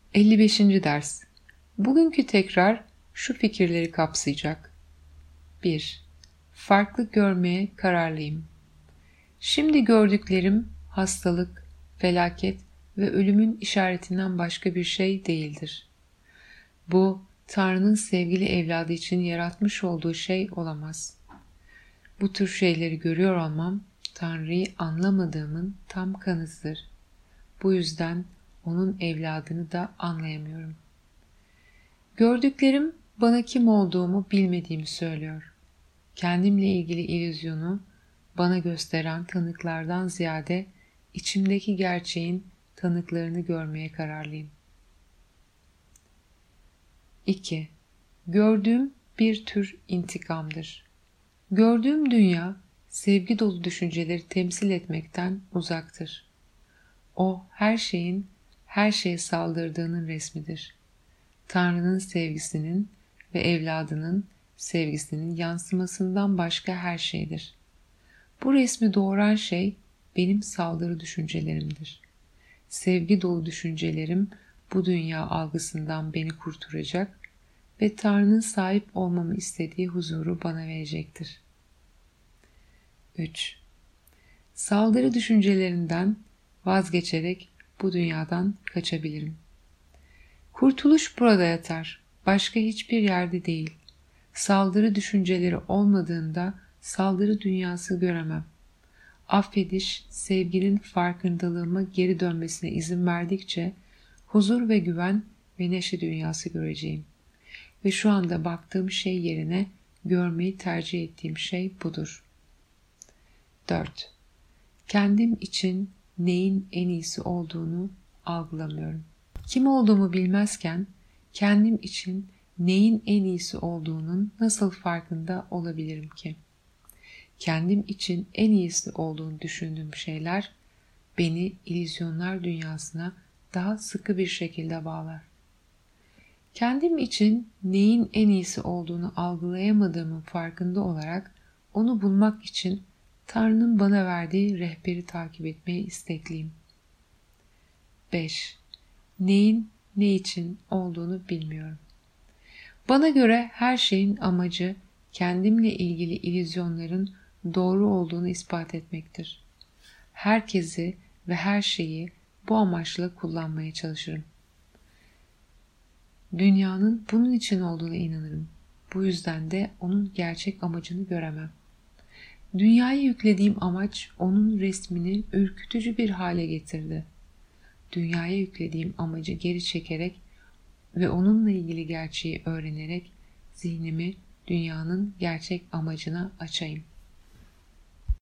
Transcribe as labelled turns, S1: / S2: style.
S1: 55. ders. Bugünkü tekrar şu fikirleri kapsayacak. 1. Farklı görmeye kararlıyım. Şimdi gördüklerim hastalık, felaket ve ölümün işaretinden başka bir şey değildir. Bu, Tanrı'nın sevgili evladı için yaratmış olduğu şey olamaz. Bu tür şeyleri görüyor olmam, Tanrı'yı anlamadığımın tam kanıtıdır. Bu yüzden onun evladını da anlayamıyorum. Gördüklerim bana kim olduğumu bilmediğimi söylüyor. Kendimle ilgili illüzyonu bana gösteren tanıklardan ziyade içimdeki gerçeğin tanıklarını görmeye kararlıyım. 2. Gördüğüm bir tür intikamdır. Gördüğüm dünya sevgi dolu düşünceleri temsil etmekten uzaktır. O her şeyin her şeye saldırdığının resmidir. Tanrı'nın sevgisinin ve evladının sevgisinin yansımasından başka her şeydir. Bu resmi doğuran şey benim saldırı düşüncelerimdir. Sevgi dolu düşüncelerim bu dünya algısından beni kurtaracak ve Tanrı'nın sahip olmamı istediği huzuru bana verecektir. 3. Saldırı düşüncelerinden vazgeçerek bu dünyadan kaçabilirim. Kurtuluş burada yatar, başka hiçbir yerde değil. Saldırı düşünceleri olmadığında saldırı dünyası göremem. Affediş, sevginin farkındalığıma geri dönmesine izin verdikçe huzur ve güven ve neşe dünyası göreceğim. Ve şu anda baktığım şey yerine görmeyi tercih ettiğim şey budur. 4. Kendim için neyin en iyisi olduğunu algılamıyorum. Kim olduğumu bilmezken kendim için neyin en iyisi olduğunun nasıl farkında olabilirim ki? Kendim için en iyisi olduğunu düşündüğüm şeyler beni illüzyonlar dünyasına daha sıkı bir şekilde bağlar. Kendim için neyin en iyisi olduğunu algılayamadığımın farkında olarak onu bulmak için Tanrı'nın bana verdiği rehberi takip etmeye istekliyim. 5. Neyin ne için olduğunu bilmiyorum. Bana göre her şeyin amacı kendimle ilgili illüzyonların doğru olduğunu ispat etmektir. Herkesi ve her şeyi bu amaçla kullanmaya çalışırım. Dünyanın bunun için olduğuna inanırım. Bu yüzden de onun gerçek amacını göremem. Dünyaya yüklediğim amaç onun resmini ürkütücü bir hale getirdi. Dünyaya yüklediğim amacı geri çekerek ve onunla ilgili gerçeği öğrenerek zihnimi dünyanın gerçek amacına açayım.